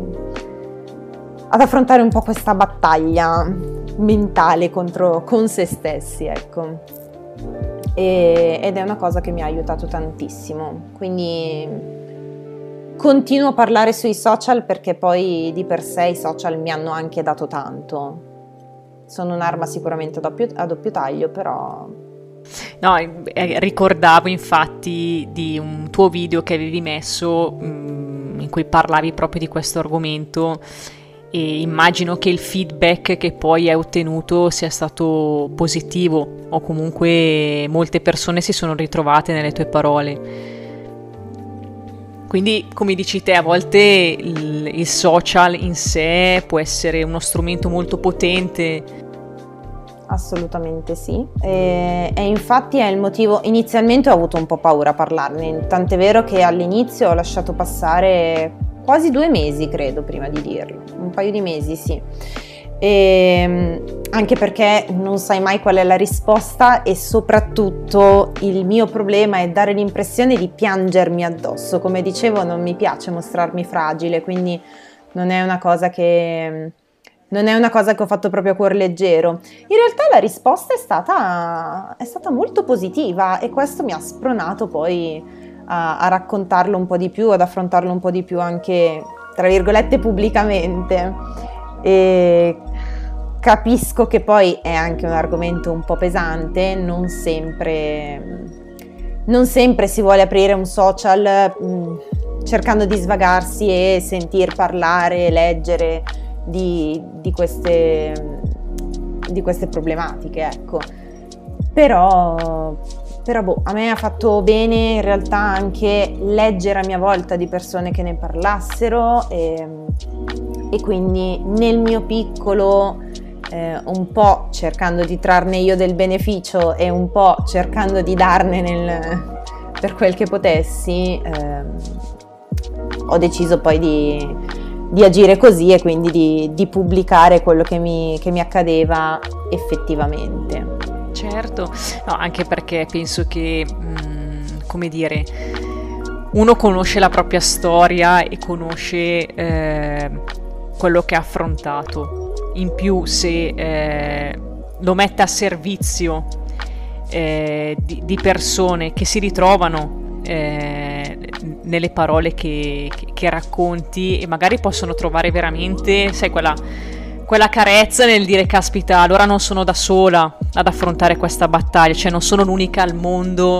ad affrontare un po' questa battaglia mentale contro, con se stessi, ecco. E, ed è una cosa che mi ha aiutato tantissimo, quindi continuo a parlare sui social perché poi di per sé i social mi hanno anche dato tanto. Sono un'arma sicuramente a doppio, a doppio taglio, però... No, eh, ricordavo infatti di un tuo video che avevi messo mh, in cui parlavi proprio di questo argomento e immagino che il feedback che poi hai ottenuto sia stato positivo o comunque molte persone si sono ritrovate nelle tue parole. Quindi, come dici te, a volte il, il social in sé può essere uno strumento molto potente. Assolutamente sì, e, e infatti è il motivo, inizialmente ho avuto un po' paura a parlarne, tant'è vero che all'inizio ho lasciato passare quasi due mesi, credo, prima di dirlo, un paio di mesi, sì. E, anche perché non sai mai qual è la risposta e soprattutto il mio problema è dare l'impressione di piangermi addosso. Come dicevo, non mi piace mostrarmi fragile, quindi non è una cosa che non è una cosa che ho fatto proprio a cuor leggero. In realtà la risposta è stata è stata molto positiva e questo mi ha spronato poi a, a raccontarlo un po' di più, ad affrontarlo un po' di più anche, tra virgolette, pubblicamente. E capisco che poi è anche un argomento un po' pesante, non sempre, non sempre si vuole aprire un social mh, cercando di svagarsi e sentir parlare, leggere di, di, queste, di queste problematiche, ecco. Però, però boh, a me ha fatto bene in realtà anche leggere a mia volta di persone che ne parlassero e, e quindi nel mio piccolo eh, un po' cercando di trarne io del beneficio e un po' cercando di darne nel, per quel che potessi, eh, ho deciso poi di, di agire così e quindi di, di pubblicare quello che mi, che mi accadeva effettivamente. Certo, no, anche perché penso che, mh, come dire, uno conosce la propria storia e conosce eh, quello che ha affrontato. In più, se eh, lo mette a servizio eh, di, di persone che si ritrovano eh, nelle parole che, che, che racconti e magari possono trovare veramente, sai, quella, quella carezza nel dire caspita, allora non sono da sola ad affrontare questa battaglia, cioè non sono l'unica al mondo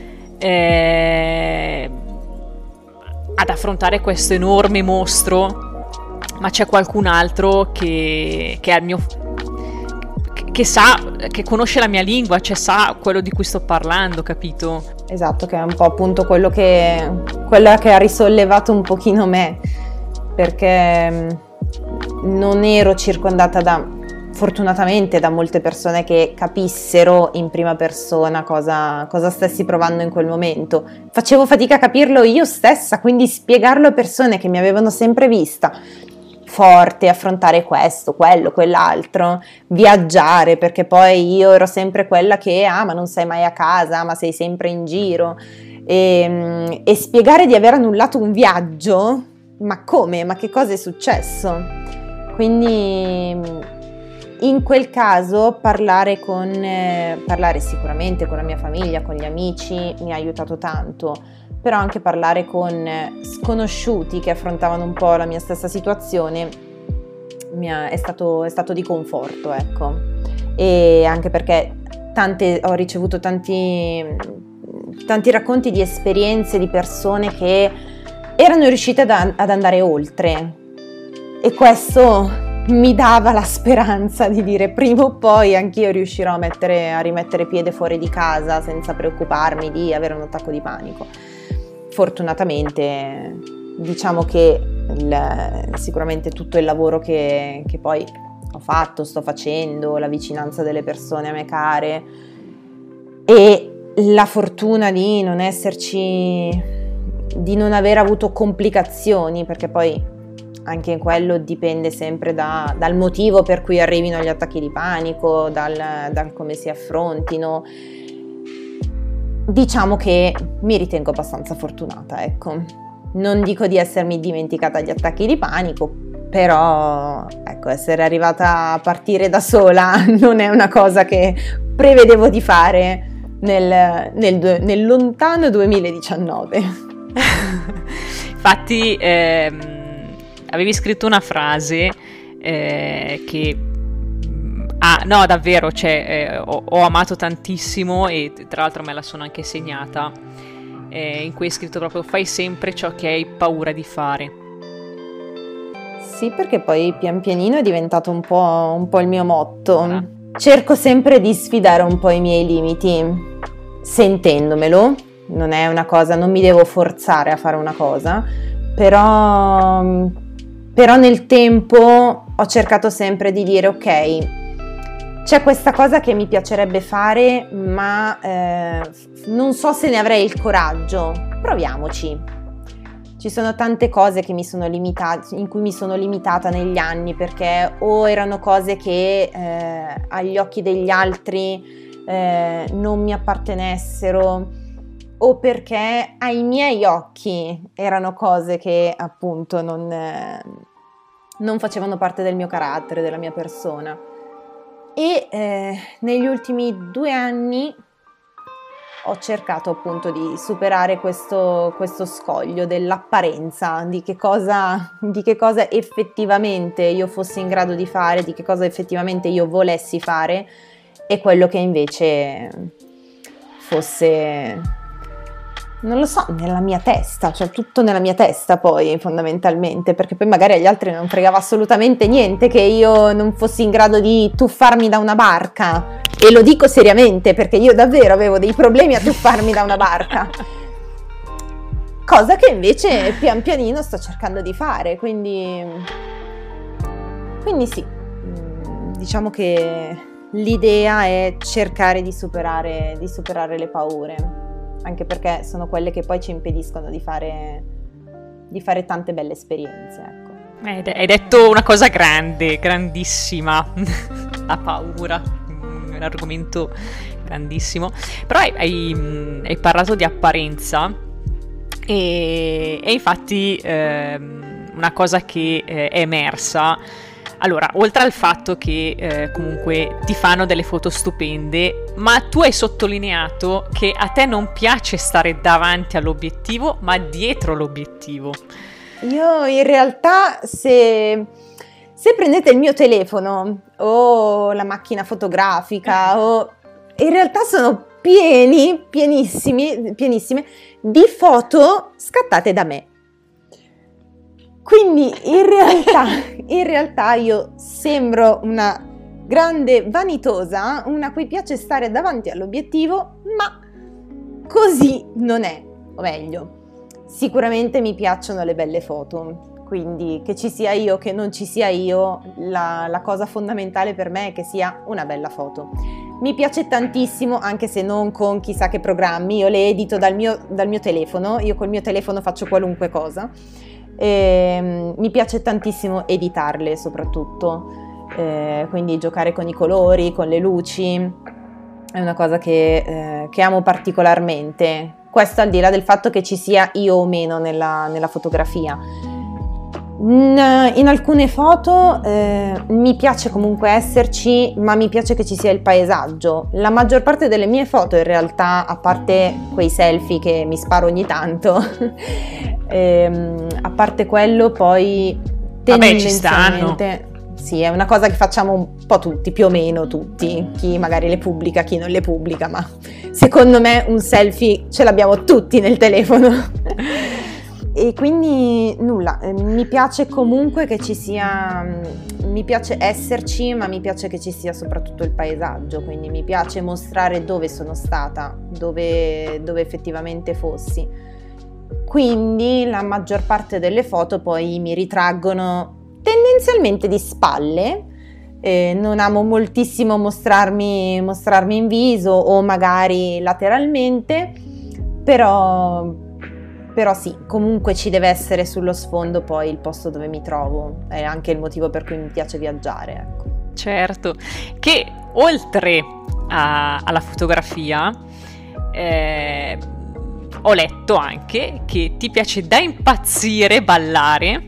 eh, ad affrontare questo enorme mostro, ma c'è qualcun altro che, che è al mio che, che sa, che conosce la mia lingua, cioè sa quello di cui sto parlando, capito? Esatto, che è un po' appunto quello che quella che ha risollevato un pochino me, perché non ero circondata da, fortunatamente, da molte persone che capissero in prima persona cosa, cosa stessi provando in quel momento. Facevo fatica a capirlo io stessa, quindi spiegarlo a persone che mi avevano sempre vista forte, affrontare questo, quello, quell'altro, viaggiare, perché poi io ero sempre quella che, ah, ma non sei mai a casa, ma sei sempre in giro, e, e spiegare di aver annullato un viaggio, ma come? Ma che cosa è successo? Quindi in quel caso parlare con eh, parlare sicuramente con la mia famiglia, con gli amici mi ha aiutato tanto, però anche parlare con sconosciuti che affrontavano un po' la mia stessa situazione mi ha, è, stato, è stato di conforto, ecco. E anche perché tante, ho ricevuto tanti, tanti racconti di esperienze di persone che erano riuscite ad, ad andare oltre, e questo mi dava la speranza di dire prima o poi anch'io riuscirò a, mettere, a rimettere piede fuori di casa senza preoccuparmi di avere un attacco di panico. Fortunatamente diciamo che il, sicuramente tutto il lavoro che, che poi ho fatto, sto facendo, la vicinanza delle persone a me care e la fortuna di non esserci, di non aver avuto complicazioni, perché poi anche quello dipende sempre da, dal motivo per cui arrivino gli attacchi di panico, dal, dal come si affrontino. Diciamo che mi ritengo abbastanza fortunata, ecco. Non dico di essermi dimenticata gli attacchi di panico, però ecco, essere arrivata a partire da sola non è una cosa che prevedevo di fare nel, nel, nel lontano duemiladiciannove. Infatti ehm, avevi scritto una frase eh, che ah no davvero, cioè eh, ho, ho amato tantissimo, e tra l'altro me la sono anche segnata, eh, in cui hai scritto proprio: fai sempre ciò che hai paura di fare. Sì, perché poi pian pianino è diventato un po', un po' il mio motto. Ah. Cerco sempre di sfidare un po' i miei limiti, sentendomelo. Non è una cosa, non mi devo forzare a fare una cosa, però, però nel tempo ho cercato sempre di dire: ok, c'è questa cosa che mi piacerebbe fare, ma eh, non so se ne avrei il coraggio. Proviamoci. Ci sono tante cose che mi sono limitata, in cui mi sono limitata negli anni, perché o erano cose che eh, agli occhi degli altri eh, non mi appartenessero, o perché ai miei occhi erano cose che appunto non, eh, non facevano parte del mio carattere, della mia persona. E eh, negli ultimi due anni ho cercato appunto di superare questo, questo scoglio dell'apparenza, di che cosa, di che cosa effettivamente io fossi in grado di fare, di che cosa effettivamente io volessi fare, e quello che invece fosse, non lo so, nella mia testa, cioè tutto nella mia testa poi fondamentalmente, perché poi magari agli altri non fregava assolutamente niente che io non fossi in grado di tuffarmi da una barca, e lo dico seriamente perché io davvero avevo dei problemi a tuffarmi da una barca, cosa che invece pian pianino sto cercando di fare, quindi, quindi sì, diciamo che l'idea è cercare di superare, di superare le paure, anche perché sono quelle che poi ci impediscono di fare, di fare tante belle esperienze, ecco. Eh, hai detto una cosa grande, grandissima, la paura, un argomento grandissimo, però hai, hai, hai parlato di apparenza, e, e infatti ehm, una cosa che eh, è emersa. Allora, oltre al fatto che eh, comunque ti fanno delle foto stupende, ma tu hai sottolineato che a te non piace stare davanti all'obiettivo, ma dietro l'obiettivo. Io in realtà se, Se prendete il mio telefono o la macchina fotografica, o in realtà sono pieni, pienissimi, pienissime di foto scattate da me. Quindi in realtà, in realtà io sembro una grande vanitosa, una a cui piace stare davanti all'obiettivo, ma così non è, o meglio, sicuramente mi piacciono le belle foto. Quindi che ci sia io, che non ci sia io, la, la cosa fondamentale per me è che sia una bella foto. Mi piace tantissimo, anche se non con chissà che programmi, io le edito dal mio, dal mio telefono, io col mio telefono faccio qualunque cosa. E, mi piace tantissimo editarle soprattutto, e, quindi giocare con i colori, con le luci, è una cosa che, eh, che amo particolarmente. Questo al di là del fatto che ci sia io o meno nella, nella fotografia. In, in alcune foto eh, mi piace comunque esserci, ma mi piace che ci sia il paesaggio. La maggior parte delle mie foto in realtà, a parte quei selfie che mi sparo ogni tanto, ehm, a parte quello poi tendenzialmente... Vabbè, ci stanno. Sì, è una cosa che facciamo un po' tutti, più o meno tutti, chi magari le pubblica, chi non le pubblica, ma secondo me un selfie ce l'abbiamo tutti nel telefono. E quindi nulla, mi piace comunque che ci sia, mi piace esserci, ma mi piace che ci sia soprattutto il paesaggio, quindi mi piace mostrare dove sono stata, dove, dove effettivamente fossi. Quindi la maggior parte delle foto poi mi ritraggono tendenzialmente di spalle, eh, non amo moltissimo mostrarmi, mostrarmi in viso o magari lateralmente, però... Però sì, comunque ci deve essere sullo sfondo poi il posto dove mi trovo, è anche il motivo per cui mi piace viaggiare, ecco. Certo, che oltre a, alla fotografia eh, ho letto anche che ti piace da impazzire ballare,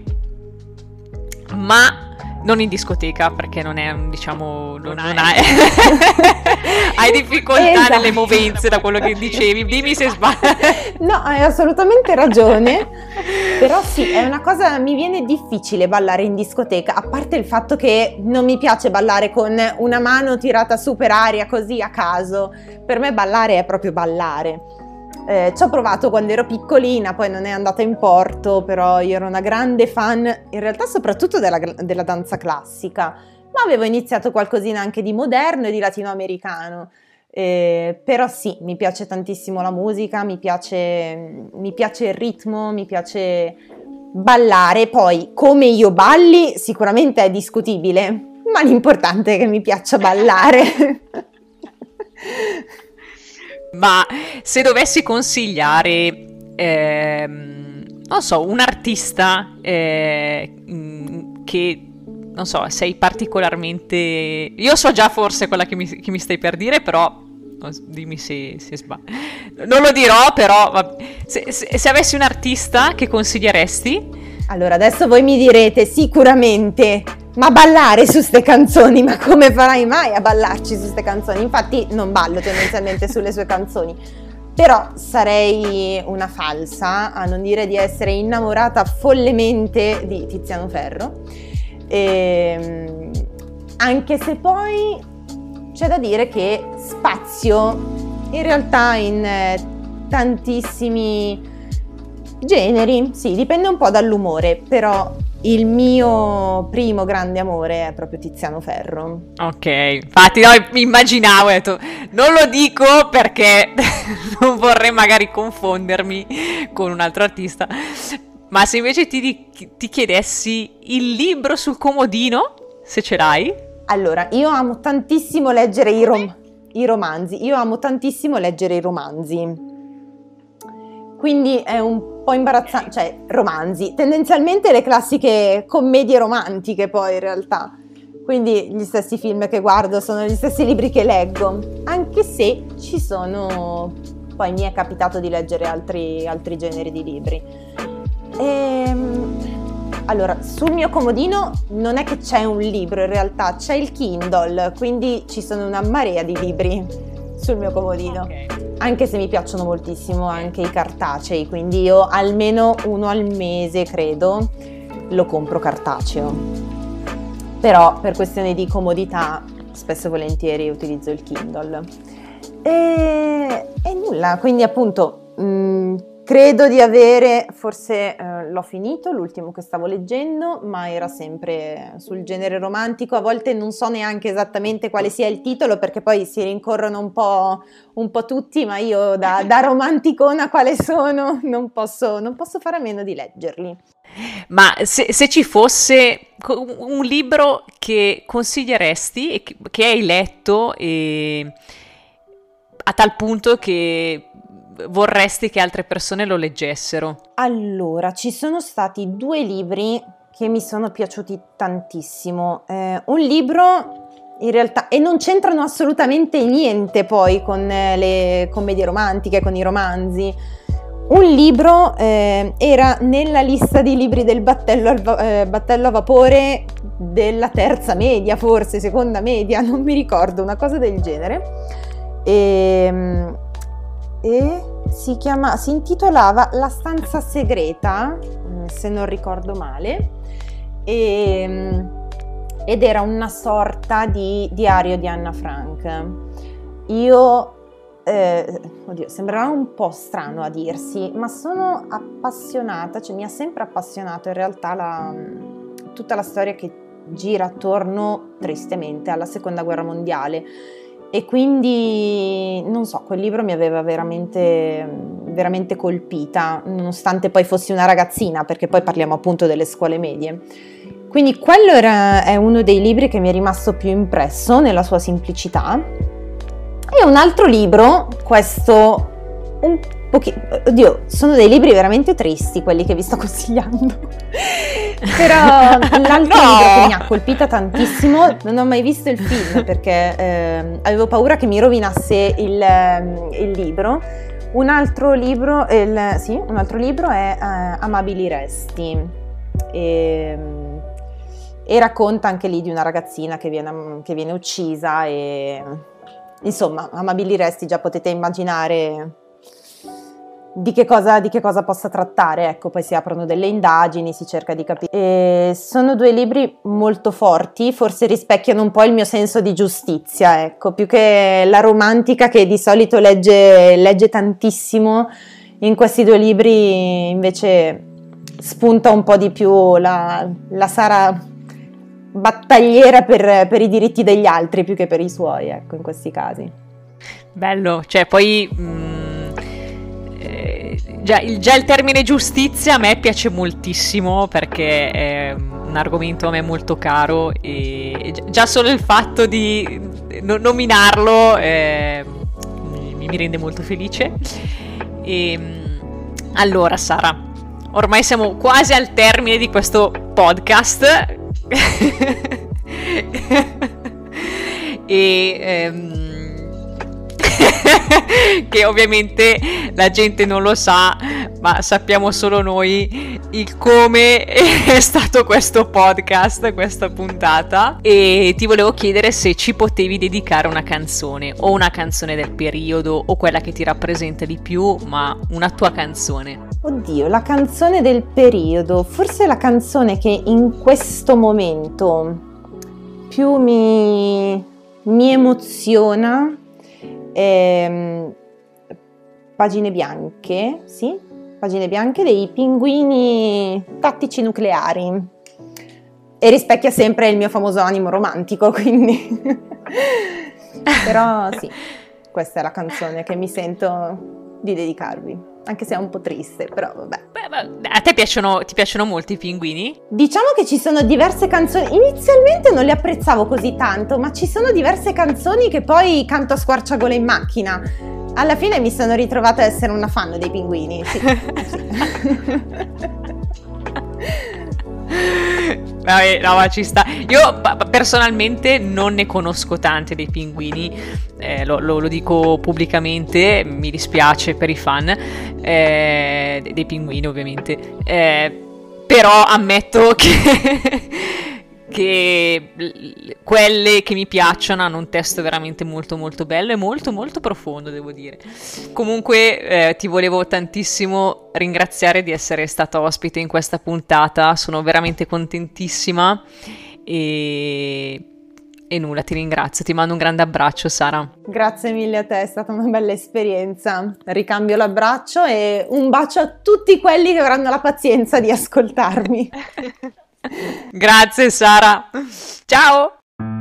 ma non in discoteca, perché non è, diciamo, non, non hai, hai difficoltà esatto. nelle movenze, da quello che dicevi, dimmi se sbaglio. No, hai assolutamente ragione, però sì, è una cosa, mi viene difficile ballare in discoteca, a parte il fatto che non mi piace ballare con una mano tirata su per aria così a caso, per me ballare è proprio ballare. Eh, ci ho provato quando ero piccolina, poi non è andata in porto, però io ero una grande fan, in realtà soprattutto della, della danza classica, ma avevo iniziato qualcosina anche di moderno e di latinoamericano, eh, però sì, mi piace tantissimo la musica, mi piace, mi piace il ritmo, mi piace ballare, poi come io balli sicuramente è discutibile, ma l'importante è che mi piaccia ballare. Ma se dovessi consigliare, ehm, non so, un artista eh, che, non so, sei particolarmente... Io so già forse quella che mi, che mi stai per dire, però dimmi se, se sbaglio. Non lo dirò, però se, se, se avessi un artista che consiglieresti... Allora, adesso voi mi direte sicuramente... Ma ballare su ste canzoni, ma come farai mai a ballarci su ste canzoni? Infatti non ballo tendenzialmente sulle sue canzoni, però sarei una falsa a non dire di essere innamorata follemente di Tiziano Ferro, e, anche se poi c'è da dire che spazio in realtà in eh, tantissimi generi, sì, dipende un po' dall'umore, però... Il mio primo grande amore è proprio Tiziano Ferro. Ok, infatti no, mi immaginavo, ho detto, non lo dico perché non vorrei magari confondermi con un altro artista, ma se invece ti, ti chiedessi il libro sul comodino, se ce l'hai? Allora, io amo tantissimo leggere i, rom- i romanzi, io amo tantissimo leggere i romanzi. Quindi è un po' imbarazzante, cioè romanzi, tendenzialmente le classiche commedie romantiche poi in realtà, quindi gli stessi film che guardo sono gli stessi libri che leggo, anche se ci sono, poi mi è capitato di leggere altri, altri generi di libri. Ehm, allora, sul mio comodino non è che c'è un libro, in realtà c'è il Kindle, quindi ci sono una marea di libri sul mio comodino. Okay. Anche se mi piacciono moltissimo anche i cartacei, quindi io almeno uno al mese, credo, lo compro cartaceo. però per questione di comodità spesso e volentieri utilizzo il Kindle. E, e nulla, quindi appunto mh, credo di avere, forse eh, l'ho finito, l'ultimo che stavo leggendo, ma era sempre sul genere romantico. A volte non so neanche esattamente quale sia il titolo, perché poi si rincorrono un po', un po' tutti, ma io da, da romanticona quale sono non posso, non posso fare a meno di leggerli. Ma se, se ci fosse un libro che consiglieresti e che, che hai letto e a tal punto che vorresti che altre persone lo leggessero? Allora, ci sono stati due libri che mi sono piaciuti tantissimo. Eh, un libro in realtà, e non c'entrano assolutamente niente poi con eh, le commedie romantiche, con i romanzi. Un libro eh, era nella lista di libri del battello, al va- eh, battello a vapore della terza media, forse seconda media, non mi ricordo, una cosa del genere. E, e si chiama, si intitolava La stanza segreta, se non ricordo male, e, ed era una sorta di diario di Anna Frank. Io Eh, oddio, sembrerà un po' strano a dirsi, ma sono appassionata, cioè mi ha sempre appassionato in realtà la, tutta la storia che gira attorno, tristemente, alla seconda guerra mondiale, e quindi non so, quel libro mi aveva veramente, veramente colpita, nonostante poi fossi una ragazzina, perché poi parliamo appunto delle scuole medie. Quindi quello era, è uno dei libri che mi è rimasto più impresso nella sua semplicità. E un altro libro, questo un pochino, oddio, sono dei libri veramente tristi quelli che vi sto consigliando, però l'altro no! libro che mi ha colpita tantissimo, non ho mai visto il film perché eh, avevo paura che mi rovinasse il, il libro. Un altro libro, il, sì, un altro libro è eh, Amabili resti, e, e racconta anche lì di una ragazzina che viene, che viene uccisa e... Insomma, Amabili resti, già potete immaginare di che cosa, di che cosa possa trattare, ecco, poi si aprono delle indagini, si cerca di capire. E sono due libri molto forti, forse rispecchiano un po' il mio senso di giustizia, ecco, più che la romantica che di solito legge, legge tantissimo, in questi due libri invece spunta un po' di più la, la Sara battagliera per, per i diritti degli altri più che per i suoi, ecco, in questi casi. Bello, cioè poi mh, eh, già, il, già il termine giustizia a me piace moltissimo perché è un argomento a me molto caro e già solo il fatto di no, nominarlo eh, mi, mi rende molto felice. E, allora Sara, ormai siamo quasi al termine di questo podcast. e ehm, che ovviamente la gente non lo sa, ma sappiamo solo noi il come è stato questo podcast, questa puntata, e ti volevo chiedere se ci potevi dedicare una canzone o una canzone del periodo o quella che ti rappresenta di più, ma una tua canzone. Oddio, la canzone del periodo, forse la canzone che in questo momento più mi, mi emoziona è Pagine bianche, sì, Pagine bianche dei Pinguini Tattici Nucleari, e rispecchia sempre il mio famoso animo romantico, quindi però sì, questa è la canzone che mi sento di dedicarvi. Anche se è un po' triste, però vabbè. Beh, a te piacciono, ti piacciono molto i pinguini? Diciamo che ci sono diverse canzoni. Inizialmente non le apprezzavo così tanto, ma ci sono diverse canzoni che poi canto a squarciagola in macchina. Alla fine mi sono ritrovata a essere una fan dei pinguini. Sì. Vabbè, no, ma ci sta. Io personalmente non ne conosco tante dei pinguini, eh, lo, lo, lo dico pubblicamente, mi dispiace per i fan eh, dei pinguini ovviamente, eh, però ammetto che, che quelle che mi piacciono hanno un testo veramente molto molto bello e molto molto profondo, devo dire. Comunque eh, ti volevo tantissimo ringraziare di essere stata ospite in questa puntata, sono veramente contentissima e, e nulla, ti ringrazio, ti mando un grande abbraccio, Sara. Grazie mille a te, è stata una bella esperienza. Ricambio l'abbraccio e un bacio a tutti quelli che avranno la pazienza di ascoltarmi. Grazie Sara, ciao!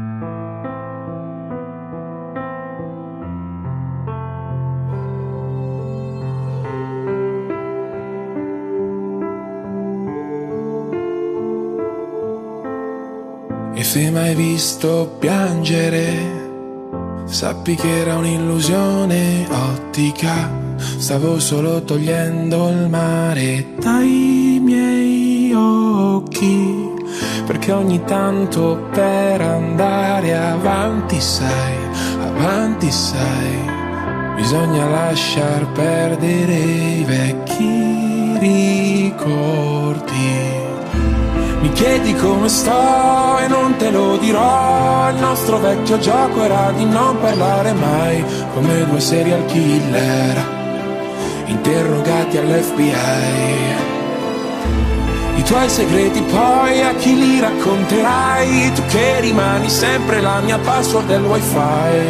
E se mai visto piangere, sappi che era un'illusione ottica. Stavo solo togliendo il mare dai miei occhi, perché ogni tanto per andare avanti, sai, avanti, sai, bisogna lasciar perdere i vecchi ricordi. Mi chiedi come sto e non te lo dirò. Il nostro vecchio gioco era di non parlare mai, come due serial killer interrogati all'F B I. I tuoi segreti poi a chi li racconterai? Tu che rimani sempre la mia password del wifi,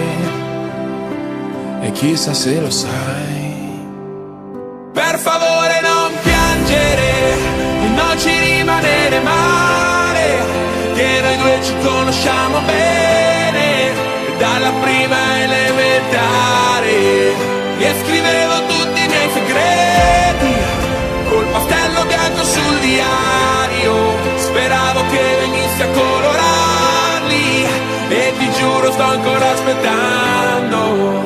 e chissà se lo sai. Per favore non piangere, non ci rimanere male, che noi due ci conosciamo bene dalla prima elementare. E scrivevo tutti i miei segreti col pastello bianco sul diario, speravo che venissi a colorarli e ti giuro sto ancora aspettando.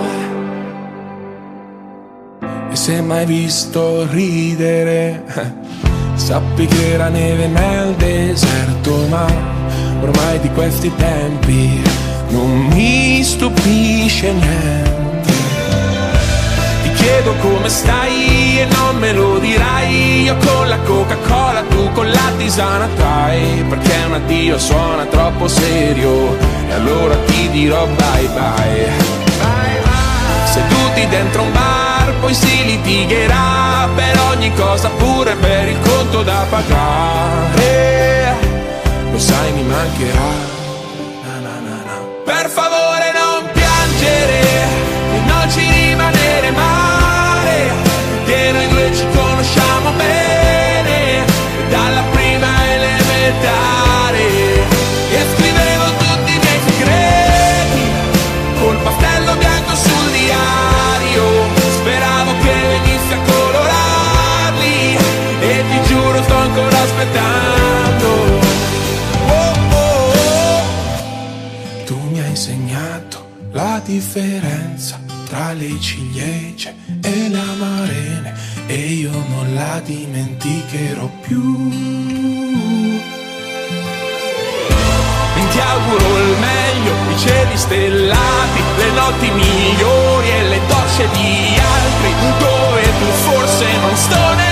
E se mai visto ridere, sappi che era neve nel deserto, ma ormai di questi tempi non mi stupisce niente. Ti chiedo come stai e non me lo dirai. Io con la Coca-Cola, tu con la tisana Thai, perché un addio suona troppo serio e allora ti dirò bye bye. Bye bye. Seduti dentro un bar, poi si litigherà per ogni cosa, pure per il conto da pagare. Lo sai, mi mancherà. Na, na, na, na. Per favore non piangere e non ci rimanere male, che noi due ci conosciamo bene dalla prima elementare. E scrivevo tutti i miei segreti col pastello bianco sul diario, speravo che venissi a colorarli e ti giuro sto ancora aspettando. Oh, oh, oh. Tu mi hai insegnato la differenza tra le ciliegie e le amarene e io non la dimenticherò più. Ti auguro il meglio, i cieli stellati, le notti migliori e le docce di altri, dove tu forse non sto ne